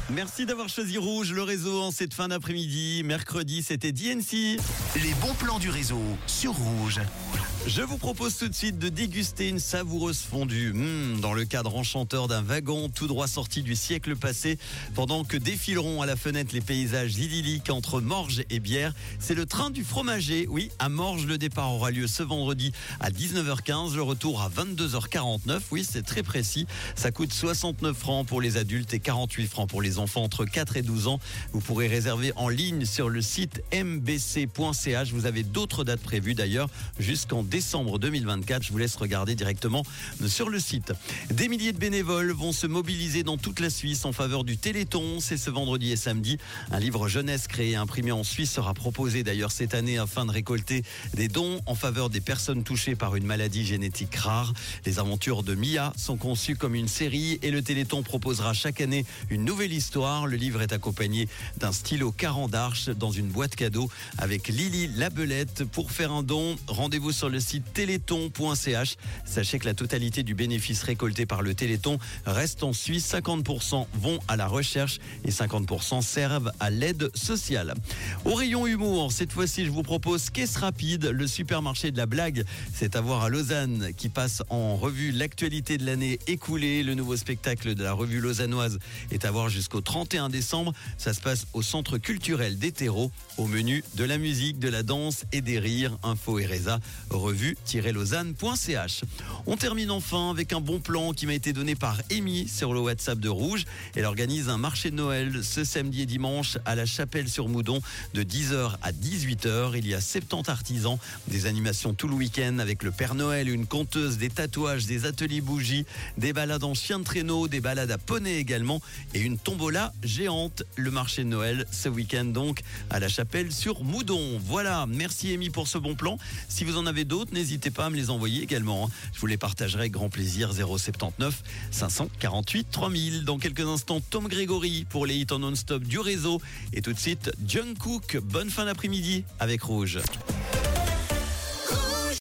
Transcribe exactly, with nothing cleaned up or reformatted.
Merci d'avoir choisi Rouge, le réseau en cette fin d'après-midi. Mercredi, c'était D N C. Les bons plans du réseau sur Rouge. Je vous propose tout de suite de déguster une savoureuse fondue mmh, dans le cadre enchanteur d'un wagon tout droit sorti du siècle passé. Pendant que défileront à la fenêtre les paysages idylliques entre Morges et Bière, c'est le train du fromager. Oui, à Morges, le départ aura lieu ce vendredi à dix-neuf heures quinze, le retour à vingt-deux heures quarante-neuf. Oui, c'est très précis. Ça coûte soixante-neuf francs pour les adultes et quarante-huit francs pour les enfants entre quatre et douze ans. Vous pourrez réserver en ligne sur le site m b c point c h. Vous avez d'autres dates prévues d'ailleurs jusqu'en décembre deux mille vingt-quatre. Je vous laisse regarder directement sur le site. Des milliers de bénévoles vont se mobiliser dans toute la Suisse en faveur du Téléthon. C'est ce vendredi et samedi. Un livre jeunesse créé et imprimé en Suisse sera proposé d'ailleurs cette année afin de récolter des dons en faveur des personnes touchées par une maladie génétique rare. Les aventures de Mia sont conçues comme une série et le Téléthon proposera chaque année une nouvelle histoire. Le livre est accompagné d'un stylo quarante d'arches dans une boîte cadeau avec Lily Labelette. Pour faire un don, rendez-vous sur le site téléthon point c h. Sachez que la totalité du bénéfice récolté par le Téléthon reste en Suisse. cinquante pour cent vont à la recherche et cinquante pour cent servent à l'aide sociale. Au rayon humour, cette fois-ci, je vous propose Caisse Rapide, le supermarché de la blague. C'est à voir à Lausanne qui passe en revue l'actualité de l'année écoulée. Le nouveau spectacle de la revue lausannoise est à voir jusqu'au trente et un décembre. Ça se passe au centre culturel des terreaux. Au menu de la musique, de la danse et des rires. Info et Reza, revue tiret lausanne point c h. On termine enfin avec un bon plan qui m'a été donné par Amy sur le WhatsApp de Rouge. Elle organise un marché de Noël ce samedi et dimanche à la Chapelle-sur-Moudon de dix heures à dix-huit heures. Il y a soixante-dix artisans, des animations tout le week-end avec le Père Noël, une conteuse, des tatouages, des ateliers bougies, des balades en chien de traîneau, des balades à poney également et une tombola géante. Le marché de Noël ce week-end donc à la Chapelle-sur-Moudon. Voilà, merci Amy pour ce bon plan. Si vous en avez d'autres, n'hésitez pas à me les envoyer également. Je vous les partagerai avec grand plaisir. Zéro soixante-dix-neuf cinq cent quarante-huit trois mille. Dans quelques instants, Tom Grégory pour les hits en non-stop du réseau. Et tout de suite, Jungkook. Bonne fin d'après-midi avec Rouge.